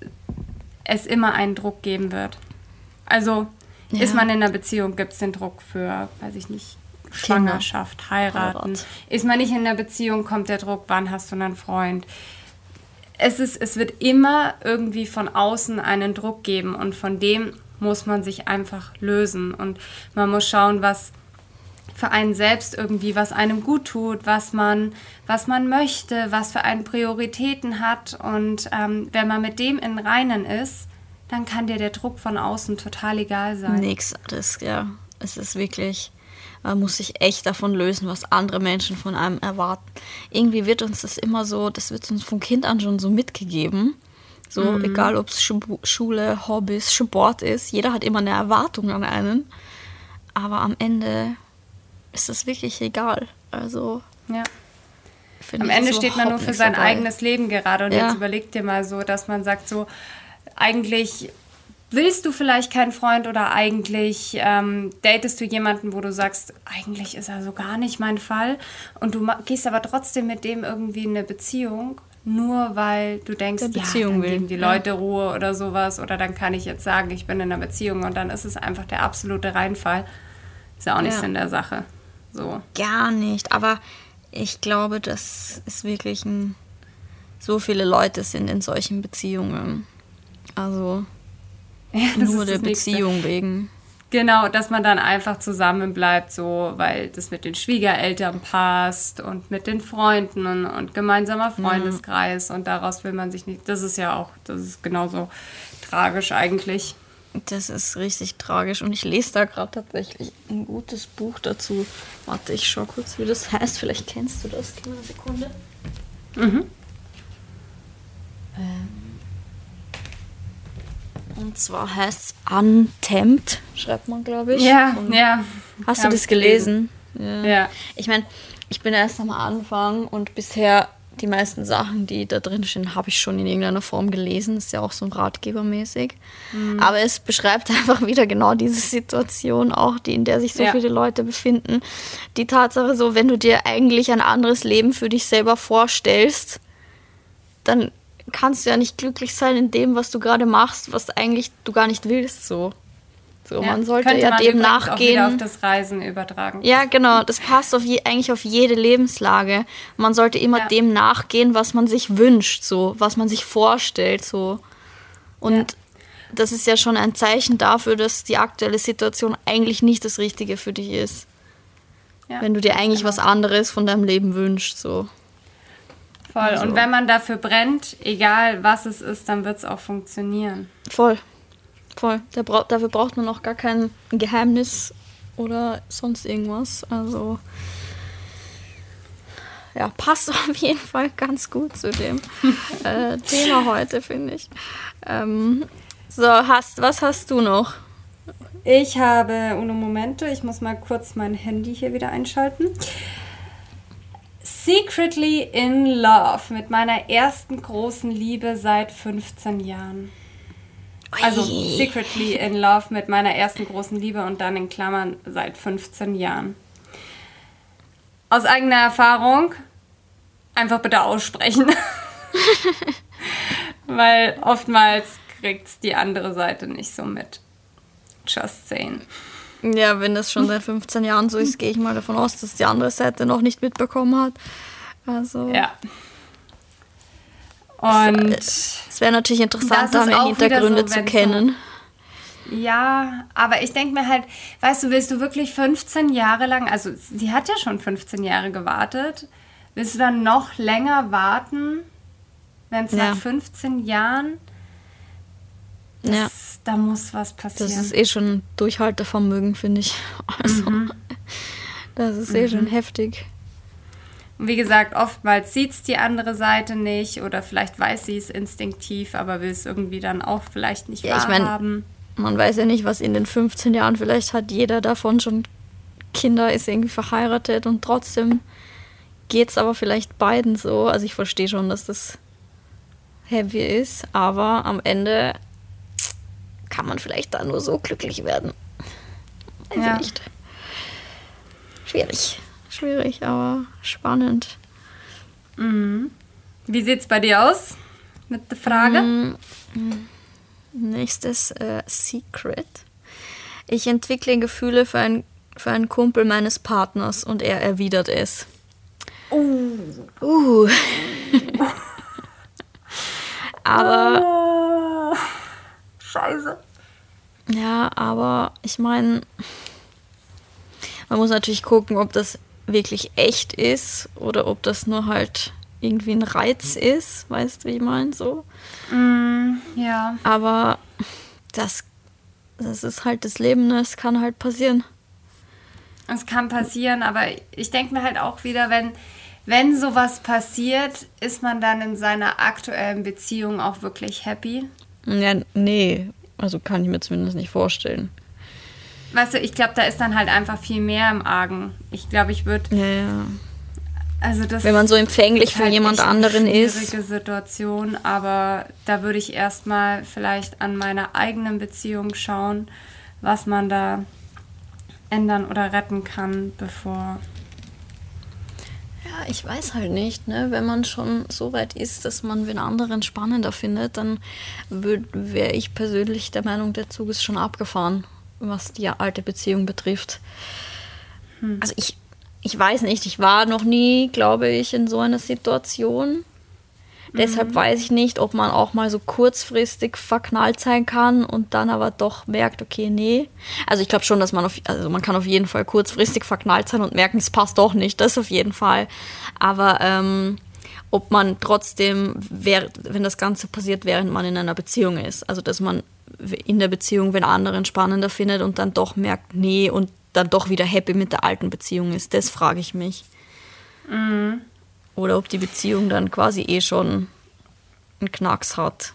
es immer einen Druck geben wird. Also ja. ist man in einer Beziehung, gibt es den Druck für, weiß ich nicht, Schwangerschaft, Kinder. Heiraten. Heirat. Ist man nicht in einer Beziehung, kommt der Druck, wann hast du einen Freund? Es ist, es wird immer irgendwie von außen einen Druck geben und von dem muss man sich einfach lösen und man muss schauen, was für einen selbst irgendwie, was einem gut tut, was man, was man möchte, was für einen Prioritäten hat und ähm, wenn man mit dem in Reinen ist, dann kann dir der Druck von außen total egal sein. Nix, das, ja, es ist wirklich, man muss sich echt davon lösen, was andere Menschen von einem erwarten. Irgendwie wird uns das immer so, das wird uns von Kind an schon so mitgegeben. So, mhm. egal ob es Schule, Hobbys, Sport ist, jeder hat immer eine Erwartung an einen. Aber am Ende ist es wirklich egal. Also, ja. Am Ende steht man nur für sein dabei. eigenes Leben gerade. Und ja. jetzt überleg dir mal so, dass man sagt so, eigentlich willst du vielleicht keinen Freund oder eigentlich ähm, datest du jemanden, wo du sagst, eigentlich ist er so gar nicht mein Fall. Und du ma- gehst aber trotzdem mit dem irgendwie in eine Beziehung, nur weil du denkst, ja, dann geben die Leute ja. Ruhe oder sowas. Oder dann kann ich jetzt sagen, ich bin in einer Beziehung und dann ist es einfach der absolute Reinfall. Ist ja auch nicht ja. Sinn der Sache. So. Gar nicht, aber ich glaube, dass es wirklich ein, so viele Leute sind in solchen Beziehungen. Also ja, nur der Beziehung nächste. wegen. Genau, dass man dann einfach zusammen bleibt, so, weil das mit den Schwiegereltern passt und mit den Freunden und, und gemeinsamer Freundeskreis mhm. und daraus will man sich nicht, das ist ja auch, das ist genauso tragisch eigentlich. Das ist richtig tragisch und ich lese da gerade tatsächlich ein gutes Buch dazu. Warte, ich schau kurz, wie das heißt. Vielleicht kennst du das. Gib mir eine Sekunde. Mhm. Ähm. Und zwar heißt es Untamed, schreibt man, glaube ich. Ja, und ja. Hast du das gelesen? gelesen? Ja. ja. Ich meine, ich bin erst am Anfang und bisher die meisten Sachen, die da drin stehen, habe ich schon in irgendeiner Form gelesen. Das ist ja auch so ratgebermäßig. Mhm. Aber es beschreibt einfach wieder genau diese Situation auch, die, in der sich so ja. viele Leute befinden. Die Tatsache so, wenn du dir eigentlich ein anderes Leben für dich selber vorstellst, dann kannst du ja nicht glücklich sein in dem, was du gerade machst, was eigentlich du gar nicht willst, so. So, ja, man sollte ja man dem nachgehen. Auch wieder auf das Reisen übertragen. Ja, genau. Das passt auf je, eigentlich auf jede Lebenslage. Man sollte immer ja. dem nachgehen, was man sich wünscht, so, was man sich vorstellt, so. Und ja. das ist ja schon ein Zeichen dafür, dass die aktuelle Situation eigentlich nicht das Richtige für dich ist. Ja, wenn du dir eigentlich genau. was anderes von deinem Leben wünschst, so. Voll. Also. Und wenn man dafür brennt, egal was es ist, dann wird es auch funktionieren. Voll. Voll. Der bra- dafür braucht man auch gar kein Geheimnis oder sonst irgendwas. Also, ja, passt auf jeden Fall ganz gut zu dem äh, Thema heute, finde ich. Ähm, so, hast, was hast du noch? Ich habe, uno Momente, ich muss mal kurz mein Handy hier wieder einschalten. Secretly in Love mit meiner ersten großen Liebe seit fünfzehn Jahren. Also Secretly in Love mit meiner ersten großen Liebe und dann in Klammern seit fünfzehn Jahren. Aus eigener Erfahrung einfach bitte aussprechen. Weil oftmals kriegt die andere Seite nicht so mit. Just saying. Ja, wenn das schon seit fünfzehn Jahren so ist, gehe ich mal davon aus, dass die andere Seite noch nicht mitbekommen hat. Also ja. Und es wäre natürlich interessant, da mehr Hintergründe so, zu kennen. Du, ja, aber ich denke mir halt, weißt du, willst du wirklich fünfzehn Jahre lang, also sie hat ja schon fünfzehn Jahre gewartet, willst du dann noch länger warten, wenn es ja. nach fünfzehn Jahren, das, ja. da muss was passieren. Das ist eh schon Durchhaltevermögen, finde ich. Also, mhm. das ist eh mhm. schon heftig. Und wie gesagt, oftmals sieht es die andere Seite nicht oder vielleicht weiß sie es instinktiv, aber will es irgendwie dann auch vielleicht nicht ja, wahrhaben. Ich mein, man weiß ja nicht, was in den fünfzehn Jahren, vielleicht hat jeder davon schon Kinder, ist irgendwie verheiratet und trotzdem geht es aber vielleicht beiden so. Also ich verstehe schon, dass das heavy ist, aber am Ende kann man vielleicht da nur so glücklich werden. Weiß ja. nicht. Schwierig. Schwierig, aber spannend. Mhm. Wie sieht es bei dir aus mit der Frage? Mhm. Nächstes äh, Secret. Ich entwickle Gefühle für, ein, für einen Kumpel meines Partners und er erwidert es. Uh. Uh. aber... Oh. Scheiße. Ja, aber ich meine, man muss natürlich gucken, ob das wirklich echt ist oder ob das nur halt irgendwie ein Reiz ist, weißt du, wie ich meine, so. Mm, ja. Aber das, das ist halt das Leben, ne? Es kann halt passieren. Es kann passieren, aber ich denke mir halt auch wieder, wenn, wenn sowas passiert, ist man dann in seiner aktuellen Beziehung auch wirklich happy? Ja, nee, also kann ich mir zumindest nicht vorstellen. Weißt du, ich glaube, da ist dann halt einfach viel mehr im Argen. Ich glaube, ich würde... Ja, ja. Also das wenn man so empfänglich ist für halt jemand echt anderen eine ist. schwierige Situation, aber da würde ich erstmal vielleicht an meiner eigenen Beziehung schauen, was man da ändern oder retten kann, bevor... Ja, ich weiß halt nicht, ne? Wenn man schon so weit ist, dass man den anderen spannender findet, dann wäre ich persönlich der Meinung, der Zug ist schon abgefahren, was die alte Beziehung betrifft. Hm. Also ich Ich weiß nicht, ich war noch nie, glaube ich, in so einer Situation. Mhm. Deshalb weiß ich nicht, ob man auch mal so kurzfristig verknallt sein kann und dann aber doch merkt, okay, nee. Also ich glaube schon, dass man auf, also man kann auf jeden Fall kurzfristig verknallt sein und merken, es passt doch nicht, das auf jeden Fall. Aber ähm, ob man trotzdem, wenn das Ganze passiert, während man in einer Beziehung ist, also dass man in der Beziehung den anderen spannender findet und dann doch merkt, nee, und dann doch wieder happy mit der alten Beziehung ist. Das frage ich mich. Mhm. Oder ob die Beziehung dann quasi eh schon einen Knacks hat.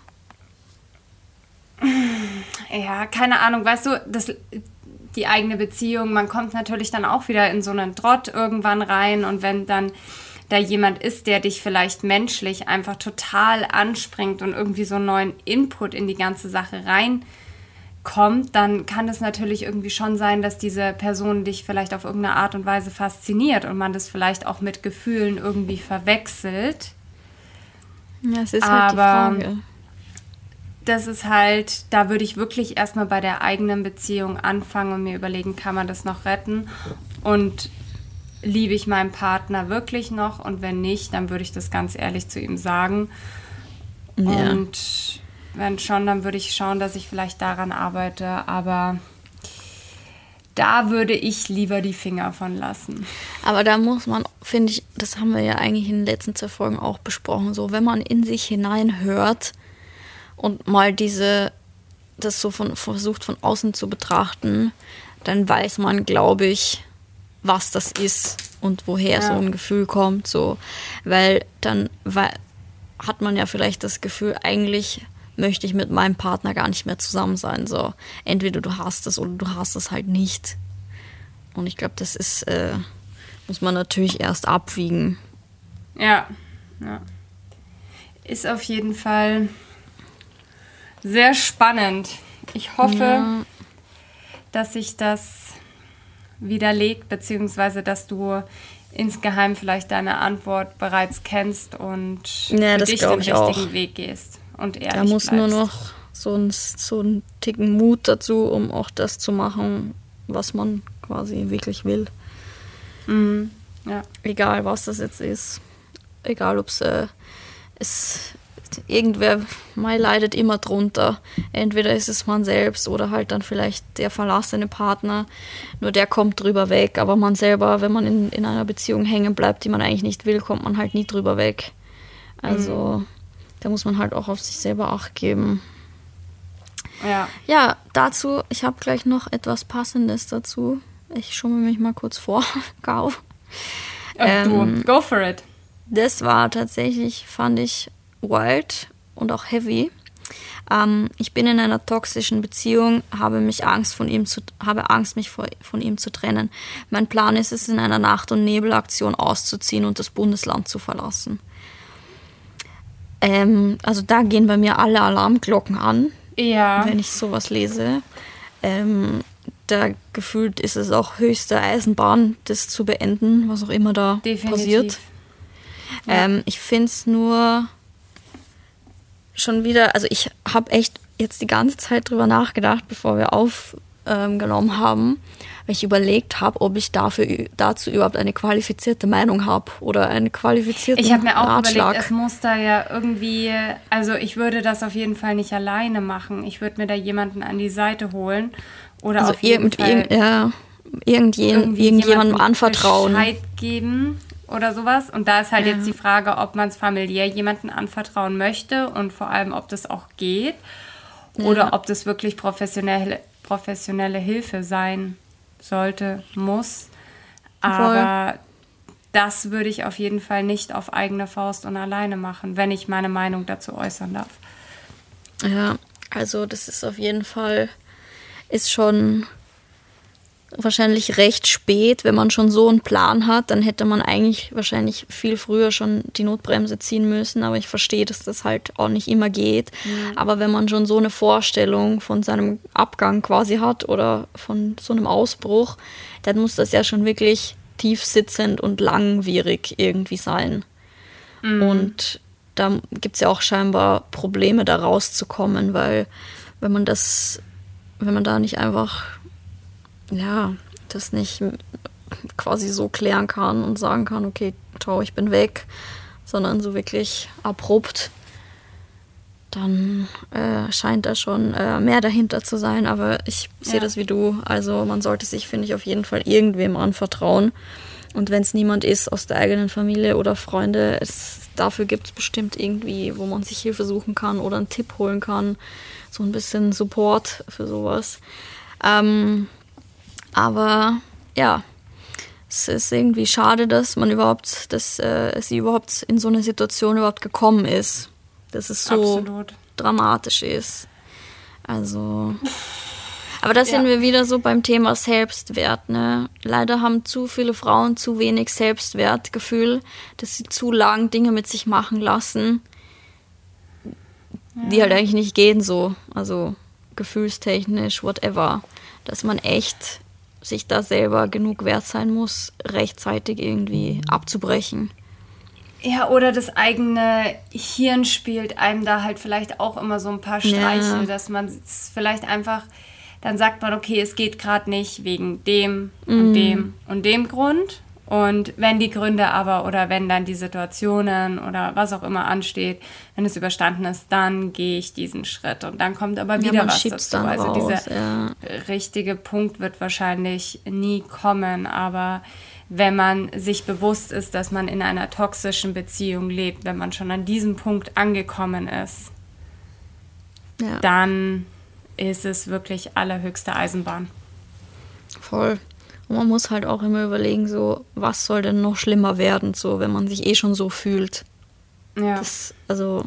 Ja, keine Ahnung. Weißt du, das, die eigene Beziehung, man kommt natürlich dann auch wieder in so einen Trott irgendwann rein. Und wenn dann da jemand ist, der dich vielleicht menschlich einfach total anspringt und irgendwie so einen neuen Input in die ganze Sache rein kommt, dann kann es natürlich irgendwie schon sein, dass diese Person dich vielleicht auf irgendeine Art und Weise fasziniert und man das vielleicht auch mit Gefühlen irgendwie verwechselt. Ja, es ist halt Aber die Frage. Das ist halt, da würde ich wirklich erstmal bei der eigenen Beziehung anfangen und mir überlegen, kann man das noch retten und liebe ich meinen Partner wirklich noch und wenn nicht, dann würde ich das ganz ehrlich zu ihm sagen. Ja. Und wenn schon, dann würde ich schauen, dass ich vielleicht daran arbeite, aber da würde ich lieber die Finger von lassen. Aber da muss man, finde ich, das haben wir ja eigentlich in den letzten zwei Folgen auch besprochen, so wenn man in sich hineinhört und mal diese, das so von, versucht von außen zu betrachten, dann weiß man, glaube ich, was das ist und woher ja. so ein Gefühl kommt, so, weil dann weil, hat man ja vielleicht das Gefühl, eigentlich möchte ich mit meinem Partner gar nicht mehr zusammen sein. So, entweder du hast es oder du hast es halt nicht. Und ich glaube, das ist, äh, muss man natürlich erst abwiegen. Ja, ja. Ist auf jeden Fall sehr spannend. Ich hoffe, ja. dass sich das widerlegt, beziehungsweise dass du insgeheim vielleicht deine Antwort bereits kennst und ja, für dich den richtigen auch. Weg gehst. Und ehrlich da muss bleibst. nur noch so ein, so ein Ticken Mut dazu, um auch das zu machen, was man quasi wirklich will. Mhm. Ja. Egal, was das jetzt ist. Egal, ob äh, es irgendwer mal leidet immer drunter. Entweder ist es man selbst oder halt dann vielleicht der verlassene Partner. Nur der kommt drüber weg. Aber man selber, wenn man in, in einer Beziehung hängen bleibt, die man eigentlich nicht will, kommt man halt nie drüber weg. Also... Mhm. Da muss man halt auch auf sich selber Acht geben. Ja. Ja, dazu, ich habe gleich noch etwas Passendes dazu. Ich schummel mich mal kurz vor. Gau. Ähm, go for it. Das war tatsächlich, fand ich, wild und auch heavy. Ähm, ich bin in einer toxischen Beziehung, habe mich Angst von ihm zu, habe Angst, mich vor, von ihm zu trennen. Mein Plan ist es, in einer Nacht- und Nebelaktion auszuziehen und das Bundesland zu verlassen. Ähm, also da gehen bei mir alle Alarmglocken an, ja. wenn ich sowas lese. Ähm, da gefühlt ist es auch höchste Eisenbahn, das zu beenden, was auch immer da Definitiv. passiert. Ja. Ähm, ich finde es nur schon wieder, also ich habe echt jetzt die ganze Zeit drüber nachgedacht, bevor wir aufgenommen ähm, haben, weil ich überlegt habe, ob ich dafür, dazu überhaupt eine qualifizierte Meinung habe oder einen qualifizierten Ich habe mir auch Ratschlag. überlegt, es muss da ja irgendwie, also ich würde das auf jeden Fall nicht alleine machen. Ich würde mir da jemanden an die Seite holen oder also auf jeden irgend, Fall irgend, ja, irgendjemandem, irgendjemandem anvertrauen. Bescheid geben oder sowas. Und da ist halt ja. jetzt die Frage, ob man es familiär jemanden anvertrauen möchte und vor allem, ob das auch geht. oder Ja. ob das wirklich professionelle, professionelle Hilfe sein sollte, muss. Aber das würde ich auf jeden Fall nicht auf eigene Faust und alleine machen, wenn ich meine Meinung dazu äußern darf. Ja, also das ist auf jeden Fall, ist schon wahrscheinlich recht spät, wenn man schon so einen Plan hat, dann hätte man eigentlich wahrscheinlich viel früher schon die Notbremse ziehen müssen, aber ich verstehe, dass das halt auch nicht immer geht. Mhm. Aber wenn man schon so eine Vorstellung von seinem Abgang quasi hat oder von so einem Ausbruch, dann muss das ja schon wirklich tief sitzend und langwierig irgendwie sein. Mhm. Und da gibt es ja auch scheinbar Probleme, da rauszukommen, weil wenn man das, wenn man da nicht einfach ja, das nicht quasi so klären kann und sagen kann, okay, ciao, ich bin weg, sondern so wirklich abrupt, dann äh, scheint da schon äh, mehr dahinter zu sein. Aber ich sehe ja. das wie du. Also man sollte sich, finde ich, auf jeden Fall irgendwem anvertrauen. Und wenn es niemand ist aus der eigenen Familie oder Freunde, es, dafür gibt es bestimmt irgendwie, wo man sich Hilfe suchen kann oder einen Tipp holen kann. So ein bisschen Support für sowas. Ähm, Aber ja, es ist irgendwie schade, dass man überhaupt, dass äh, sie überhaupt in so eine Situation überhaupt gekommen ist. Dass es so Absolut. dramatisch ist. Also. Aber da ja. sind wir wieder so beim Thema Selbstwert, ne? Leider haben zu viele Frauen zu wenig Selbstwertgefühl, dass sie zu lang Dinge mit sich machen lassen, ja. die halt eigentlich nicht gehen so. Also gefühlstechnisch, whatever. Dass man echt sich da selber genug wert sein muss, rechtzeitig irgendwie abzubrechen. Ja, oder das eigene Hirn spielt einem da halt vielleicht auch immer so ein paar Streiche, ja. dass man vielleicht einfach, dann sagt man, okay, es geht gerade nicht wegen dem mm. und dem und dem Grund. Und wenn die Gründe aber oder wenn dann die Situationen oder was auch immer ansteht, wenn es überstanden ist, dann gehe ich diesen Schritt. Und dann kommt aber wieder ja, was dazu. Dann also raus, dieser ja. richtige Punkt wird wahrscheinlich nie kommen. Aber wenn man sich bewusst ist, dass man in einer toxischen Beziehung lebt, wenn man schon an diesem Punkt angekommen ist, ja. dann ist es wirklich allerhöchste Eisenbahn. Voll. Und man muss halt auch immer überlegen, so, was soll denn noch schlimmer werden, so, wenn man sich eh schon so fühlt. Ja. Das, also,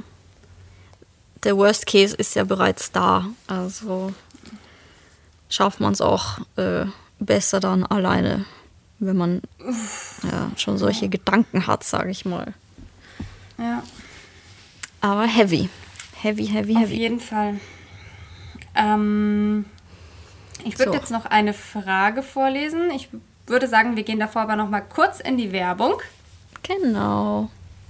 der Worst Case ist ja bereits da. Also, schafft man es auch äh, besser dann alleine, wenn man ja, schon solche Gedanken hat, sage ich mal. Ja. Aber heavy. Heavy, heavy, heavy. Auf jeden Fall. Ähm... Ich würde so. jetzt noch eine Frage vorlesen. Ich würde sagen, wir gehen davor aber noch mal kurz in die Werbung. Genau.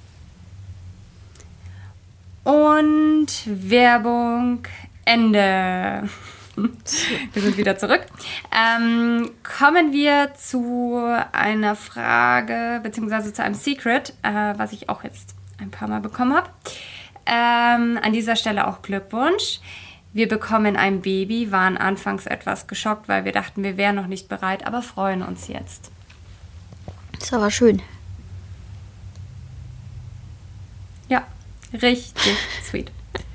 Und Werbung Ende. Wir sind wieder zurück. Ähm, kommen wir zu einer Frage, beziehungsweise zu einem Secret, äh, was ich auch jetzt ein paar Mal bekommen habe. Ähm, an dieser Stelle auch Glückwunsch. Wir bekommen ein Baby, waren anfangs etwas geschockt, weil wir dachten, wir wären noch nicht bereit, aber freuen uns jetzt. Das ist aber schön. Ja, richtig sweet.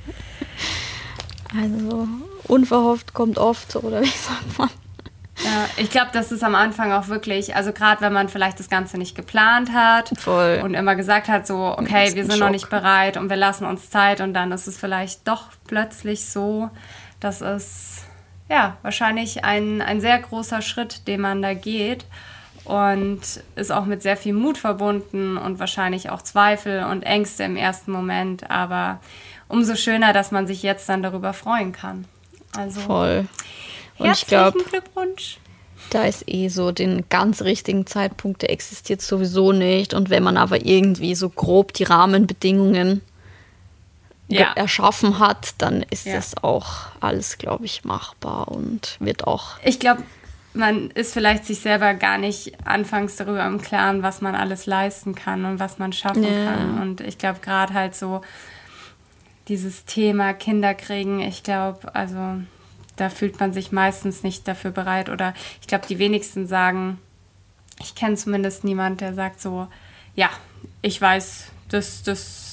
Also, unverhofft kommt oft, oder wie sagt man? Ja, ich glaube, das ist am Anfang auch wirklich, also gerade wenn man vielleicht das Ganze nicht geplant hat Voll. und immer gesagt hat, so, okay, wir sind Schock. noch nicht bereit und wir lassen uns Zeit und dann ist es vielleicht doch plötzlich so, dass es ja wahrscheinlich ein, ein sehr großer Schritt, den man da geht und ist auch mit sehr viel Mut verbunden und wahrscheinlich auch Zweifel und Ängste im ersten Moment, aber umso schöner, dass man sich jetzt dann darüber freuen kann. Also Voll. Und herzlichen ich glaub, Glückwunsch. Da ist eh so, den ganz richtigen Zeitpunkt, der existiert sowieso nicht. Und wenn man aber irgendwie so grob die Rahmenbedingungen ja. ge- erschaffen hat, dann ist ja. das auch alles, glaube ich, machbar und wird auch... Ich glaube, man ist vielleicht sich selber gar nicht anfangs darüber im Klaren, was man alles leisten kann und was man schaffen ja. kann. Und ich glaube, gerade halt so dieses Thema Kinder kriegen, ich glaube, also... da fühlt man sich meistens nicht dafür bereit. Oder ich glaube, die wenigsten sagen, ich kenne zumindest niemanden, der sagt so, ja, ich weiß, das, das,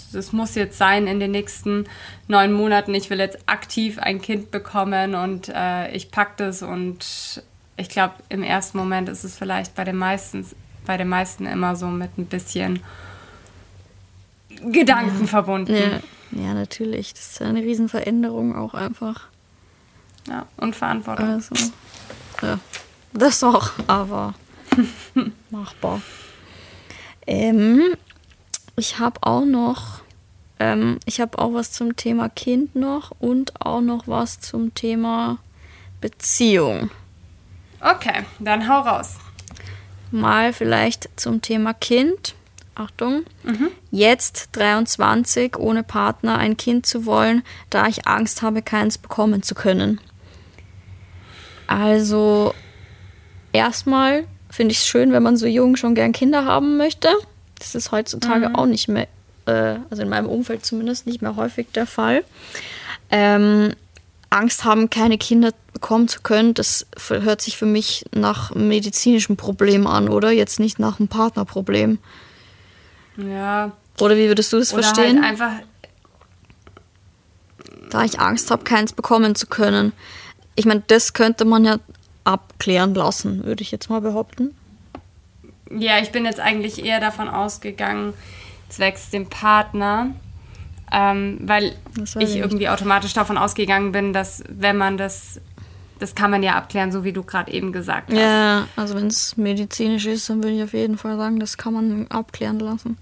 das, das muss jetzt sein in den nächsten neun Monaten. Ich will jetzt aktiv ein Kind bekommen und äh, ich packe das. Und ich glaube, im ersten Moment ist es vielleicht bei den meisten, bei den meisten immer so mit ein bisschen Gedanken ja. verbunden. Ja. ja, natürlich. Das ist eine Riesenveränderung auch einfach. Ja, und Verantwortung. Also, ja, das auch, aber machbar. Ähm, ich habe auch noch, ähm, ich habe auch was zum Thema Kind noch und auch noch was zum Thema Beziehung. Okay, dann hau raus. Mal vielleicht zum Thema Kind. Achtung, mhm. Jetzt dreiundzwanzig, ohne Partner ein Kind zu wollen, da ich Angst habe, keins bekommen zu können. Also erstmal finde ich es schön, wenn man so jung schon gern Kinder haben möchte. Das ist heutzutage mhm. auch nicht mehr, äh, also in meinem Umfeld zumindest, nicht mehr häufig der Fall. Ähm, Angst haben, keine Kinder bekommen zu können, das hört sich für mich nach einem medizinischen Problem an, oder? Jetzt nicht nach einem Partnerproblem. Ja. Oder wie würdest du das Oder verstehen? Halt einfach da ich Angst habe, keins bekommen zu können. Ich meine, das könnte man ja abklären lassen, würde ich jetzt mal behaupten. Ja, ich bin jetzt eigentlich eher davon ausgegangen, zwecks dem Partner, ähm, weil ich ich irgendwie automatisch davon ausgegangen bin, dass wenn man das, das kann man ja abklären, so wie du gerade eben gesagt hast. Ja, also wenn es medizinisch ist, dann würde ich auf jeden Fall sagen, das kann man abklären lassen.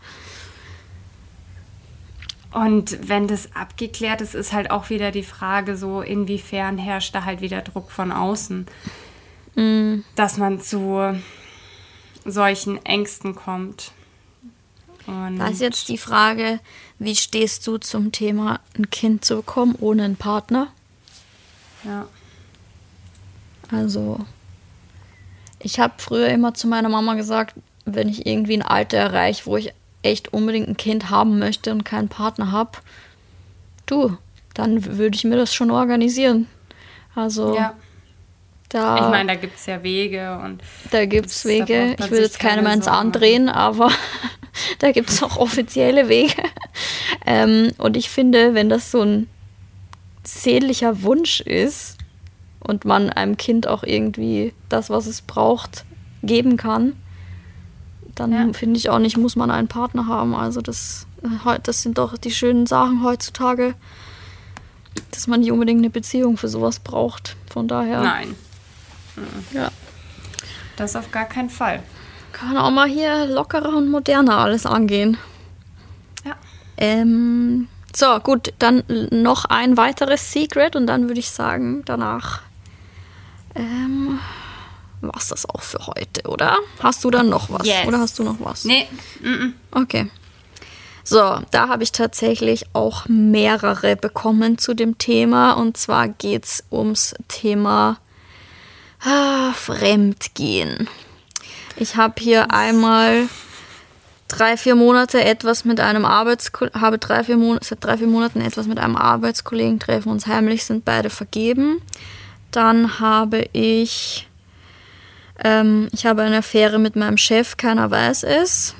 Und wenn das abgeklärt ist, ist halt auch wieder die Frage so, inwiefern herrscht da halt wieder Druck von außen, mm. dass man zu solchen Ängsten kommt. Und da ist jetzt die Frage, wie stehst du zum Thema, ein Kind zu bekommen ohne einen Partner? Ja. Also, ich habe früher immer zu meiner Mama gesagt, wenn ich irgendwie ein Alter erreiche, wo ich echt unbedingt ein Kind haben möchte und keinen Partner habe, du, dann würde ich mir das schon organisieren. Also, ja. da... Ich meine, da gibt es ja Wege und... Da gibt es Wege. Ich will jetzt keine mehr ins Andrehen, aber da gibt es auch offizielle Wege. ähm, und ich finde, wenn das so ein sehnlicher Wunsch ist und man einem Kind auch irgendwie das, was es braucht, geben kann, dann ja. finde ich auch nicht, muss man einen Partner haben. Also das, das sind doch die schönen Sachen heutzutage, dass man nicht unbedingt eine Beziehung für sowas braucht. Von daher... Nein. Mhm. Ja. Das auf gar keinen Fall. Kann auch mal hier lockerer und moderner alles angehen. Ja. Ähm, so, gut, dann noch ein weiteres Secret und dann würde ich sagen, danach ähm, war es das auch für heute, oder? Hast du dann noch was? Yes. Oder hast du noch was? Nee. Mm-mm. Okay. So, da habe ich tatsächlich auch mehrere bekommen zu dem Thema. Und zwar geht es ums Thema ah, Fremdgehen. Ich habe hier einmal drei, vier Monate etwas mit einem Arbeitskollegen, habe drei, vier Monate, seit drei, vier Monaten etwas mit einem Arbeitskollegen, treffen uns heimlich, sind beide vergeben. Dann habe ich, ähm, ich habe eine Affäre mit meinem Chef, keiner weiß es.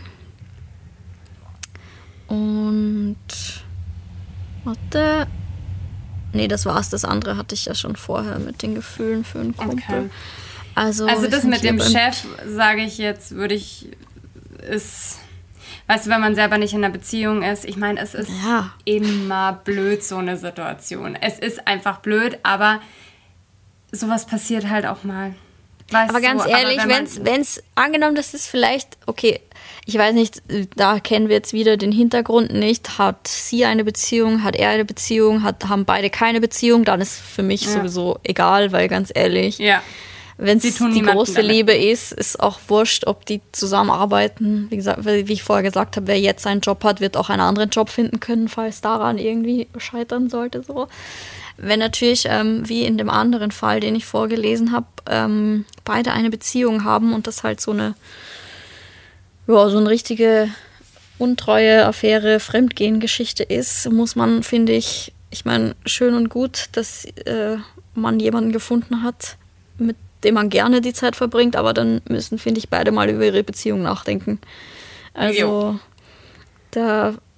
Und, warte, nee, das war's, das andere hatte ich ja schon vorher mit den Gefühlen für einen Kumpel. Okay. Also, also das mit dem Chef, sage ich jetzt, würde ich, ist, weißt du, wenn man selber nicht in einer Beziehung ist, ich meine, es ist ja. immer blöd, so eine Situation. Es ist einfach blöd, aber sowas passiert halt auch mal. Weißt aber ganz du, ehrlich, wenn es, angenommen, das ist vielleicht, okay, ich weiß nicht, da kennen wir jetzt wieder den Hintergrund nicht, hat sie eine Beziehung, hat er eine Beziehung, hat, haben beide keine Beziehung, dann ist für mich ja. sowieso egal, weil ganz ehrlich, ja. wenn es die große damit. Liebe ist, ist auch wurscht, ob die zusammenarbeiten. Wie gesagt, wie ich vorher gesagt habe, wer jetzt einen Job hat, wird auch einen anderen Job finden können, falls daran irgendwie scheitern sollte. So. Wenn natürlich, ähm, wie in dem anderen Fall, den ich vorgelesen habe, ähm, beide eine Beziehung haben und das halt so eine, ja, so eine richtige untreue Affäre, Fremdgehen-Geschichte ist, muss man, finde ich, ich meine, schön und gut, dass äh, man jemanden gefunden hat, mit dem man gerne die Zeit verbringt, aber dann müssen, finde ich, beide mal über ihre Beziehung nachdenken. Also, jo. da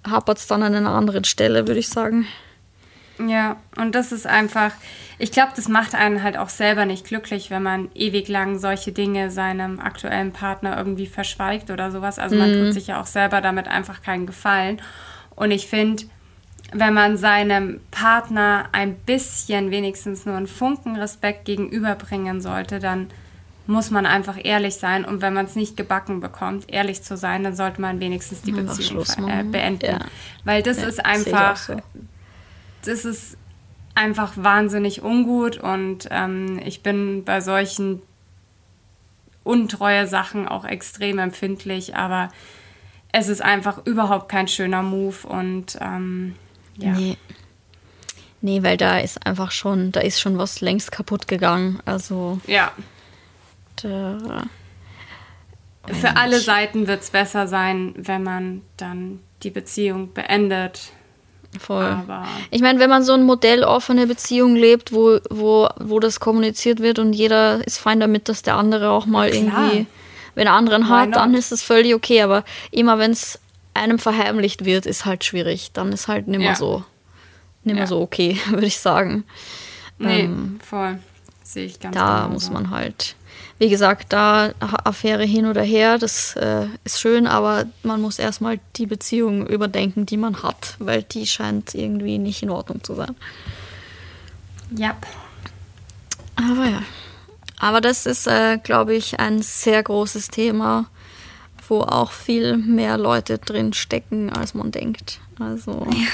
hapert es dann an einer anderen Stelle, würde ich sagen. Ja, und das ist einfach, ich glaube, das macht einen halt auch selber nicht glücklich, wenn man ewig lang solche Dinge seinem aktuellen Partner irgendwie verschweigt oder sowas. Also man tut sich ja auch selber damit einfach keinen Gefallen. Und ich finde, wenn man seinem Partner ein bisschen, wenigstens nur einen Funken Respekt gegenüberbringen sollte, dann muss man einfach ehrlich sein. Und wenn man es nicht gebacken bekommt, ehrlich zu sein, dann sollte man wenigstens die Beziehung äh, beenden. Ja. Weil das ja, ist einfach... Das ist einfach wahnsinnig ungut und ähm, ich bin bei solchen untreue Sachen auch extrem empfindlich, aber es ist einfach überhaupt kein schöner Move und ähm, ja. Nee. Nee, weil da ist einfach schon, da ist schon was längst kaputt gegangen. Also ja. Da, Für alle Seiten wird es besser sein, wenn man dann die Beziehung beendet. Voll. Aber ich meine, wenn man so ein Modell offene Beziehung lebt, wo, wo, wo das kommuniziert wird und jeder ist fein damit, dass der andere auch mal ja, irgendwie, wenn er anderen hat, dann ist es völlig okay. Aber immer wenn es einem verheimlicht wird, ist halt schwierig. Dann ist halt nicht mehr ja. so, nicht mehr ja. so okay, würde ich sagen. Nee, ähm, voll. Sehe ich ganz Da genau muss so. man halt... Wie gesagt, da Affäre hin oder her, das äh, ist schön, aber man muss erstmal die Beziehung überdenken, die man hat, weil die scheint irgendwie nicht in Ordnung zu sein. Ja. Aber ja. Aber das ist, äh, glaube ich, ein sehr großes Thema, wo auch viel mehr Leute drin stecken, als man denkt. Also ja.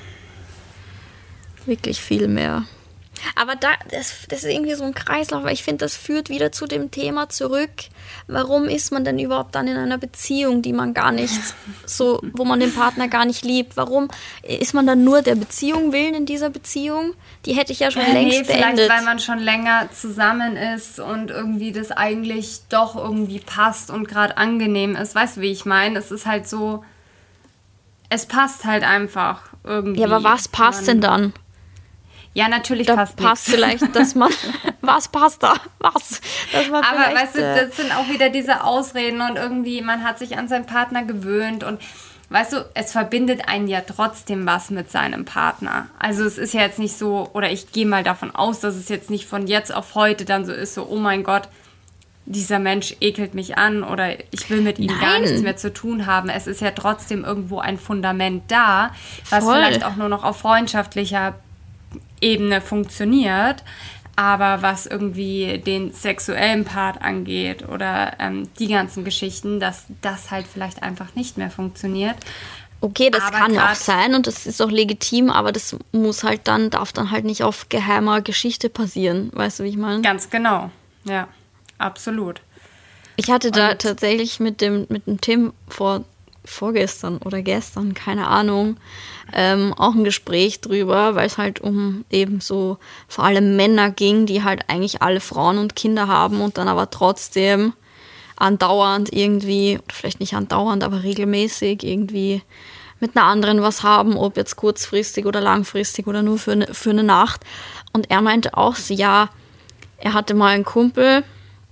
Wirklich viel mehr. Aber da, das, das ist irgendwie so ein Kreislauf, weil ich finde, das führt wieder zu dem Thema zurück. Warum ist man denn überhaupt dann in einer Beziehung, die man gar nicht so, wo man den Partner gar nicht liebt? Warum ist man dann nur der Beziehung willen in dieser Beziehung? Die hätte ich ja schon äh, längst nee, beendet. Vielleicht, weil man schon länger zusammen ist und irgendwie das eigentlich doch irgendwie passt und gerade angenehm ist. Weißt du, wie ich meine? Es ist halt so, es passt halt einfach irgendwie. Ja, aber was passt denn dann? Ja, natürlich da passt passt nichts. vielleicht, dass man, was passt da, was? Dass man aber weißt du, das sind auch wieder diese Ausreden und irgendwie, man hat sich an seinen Partner gewöhnt und weißt du, es verbindet einen ja trotzdem was mit seinem Partner. Also es ist ja jetzt nicht so, oder ich gehe mal davon aus, dass es jetzt nicht von jetzt auf heute dann so ist, so, oh mein Gott, dieser Mensch ekelt mich an oder ich will mit ihm Nein. gar nichts mehr zu tun haben. Es ist ja trotzdem irgendwo ein Fundament da, was Voll. vielleicht auch nur noch auf freundschaftlicher Ebene funktioniert, aber was irgendwie den sexuellen Part angeht oder ähm, die ganzen Geschichten, dass das halt vielleicht einfach nicht mehr funktioniert. Okay, das aber kann auch sein und das ist auch legitim, aber das muss halt dann, darf dann halt nicht auf geheimer Geschichte passieren, weißt du, wie ich meine? Ganz genau, ja, absolut. Ich hatte da und tatsächlich mit dem, mit dem Tim vor vorgestern oder gestern, keine Ahnung, ähm, auch ein Gespräch drüber, weil es halt um eben so vor allem Männer ging, die halt eigentlich alle Frauen und Kinder haben und dann aber trotzdem andauernd irgendwie, oder vielleicht nicht andauernd, aber regelmäßig irgendwie mit einer anderen was haben, ob jetzt kurzfristig oder langfristig oder nur für eine, für eine Nacht. Und er meinte auch so, ja, er hatte mal einen Kumpel,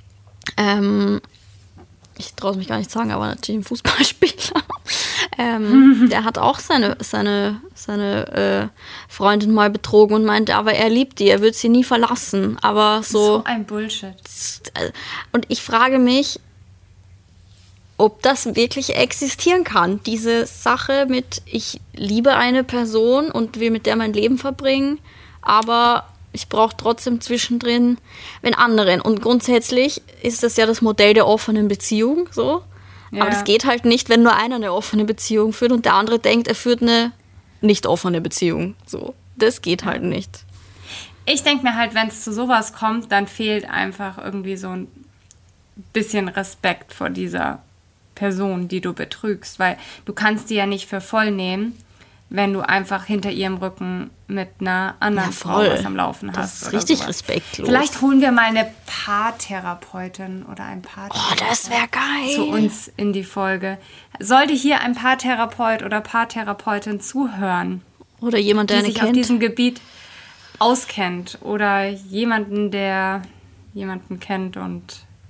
ähm, ich traue es mich gar nicht sagen, aber natürlich ein Fußballspieler. ähm, der hat auch seine, seine, seine äh, Freundin mal betrogen und meinte, aber er liebt die, er wird sie nie verlassen. Aber so. So ein Bullshit. Und ich frage mich, ob das wirklich existieren kann. Diese Sache mit, ich liebe eine Person und will mit der mein Leben verbringen, aber ich brauche trotzdem zwischendrin den anderen. Und grundsätzlich ist das ja das Modell der offenen Beziehung, so. Ja. Aber das geht halt nicht, wenn nur einer eine offene Beziehung führt und der andere denkt, er führt eine nicht offene Beziehung. So. Das geht halt nicht. Ich denke mir halt, wenn es zu sowas kommt, dann fehlt einfach irgendwie so ein bisschen Respekt vor dieser Person, die du betrügst. Weil du kannst die ja nicht für voll nehmen, wenn du einfach hinter ihrem Rücken mit einer anderen ja, Frau was am Laufen hast. Das ist oder richtig sowas. Respektlos. Vielleicht holen wir mal eine Paartherapeutin oder ein Paartherapeut oh, das wäre geil. zu uns in die Folge. Sollte hier ein Paartherapeut oder Paartherapeutin zuhören, oder jemand, der die sich kennt. auf diesem Gebiet auskennt oder jemanden, der jemanden kennt und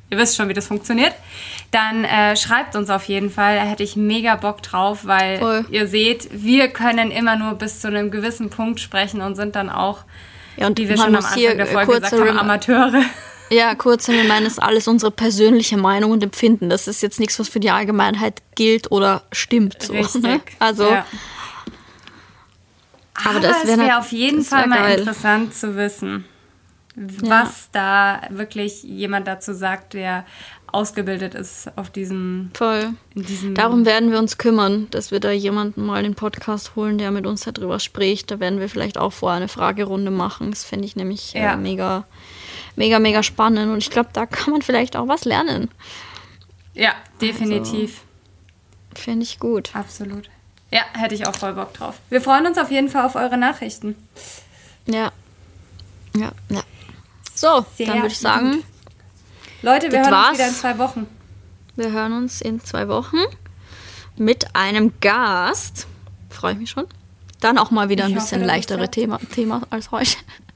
ihr wisst schon, wie das funktioniert, dann äh, schreibt uns auf jeden Fall. Da hätte ich mega Bock drauf, weil Voll. Ihr seht, wir können immer nur bis zu einem gewissen Punkt sprechen und sind dann auch, ja, und wie wir schon am Anfang der Folge gesagt haben, Amateure. Ja, kurz und gemein ist alles unsere persönliche Meinung und Empfinden. Das ist jetzt nichts, was für die Allgemeinheit gilt oder stimmt. So, Richtig. Ne? Also, ja. Aber, aber das wär es wäre auf jeden Fall mal geil. Interessant zu wissen, was ja. da wirklich jemand dazu sagt, der ausgebildet ist auf diesem... Voll. In diesem Darum werden wir uns kümmern, dass wir da jemanden mal in den Podcast holen, der mit uns darüber spricht. Da werden wir vielleicht auch vorher eine Fragerunde machen. Das fände ich nämlich ja. äh, mega... mega, mega spannend und ich glaube, da kann man vielleicht auch was lernen. Ja, definitiv. Also, finde ich gut. Absolut. Ja, hätte ich auch voll Bock drauf. Wir freuen uns auf jeden Fall auf eure Nachrichten. Ja. Ja, ja. So, Sehr dann würde ich sagen... Gut. Leute, wir hören war's. uns wieder in zwei Wochen. Wir hören uns in zwei Wochen mit einem Gast. Freue ich mich schon. Dann auch mal wieder ich ein bisschen hoffe, leichteres Thema, Thema als heute.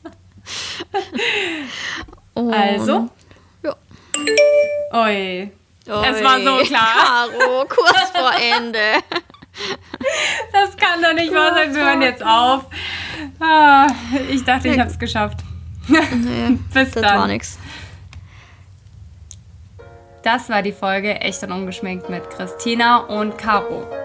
Also? Ja. Oi. Oi. Es war so klar. Caro, kurz vor Ende. Das kann doch nicht wahr sein. Wir hören jetzt auf. Ah, ich dachte, ich habe es geschafft. Nee, Bis das dann. war nix. Das war die Folge Echt und Ungeschminkt mit Christina und Caro.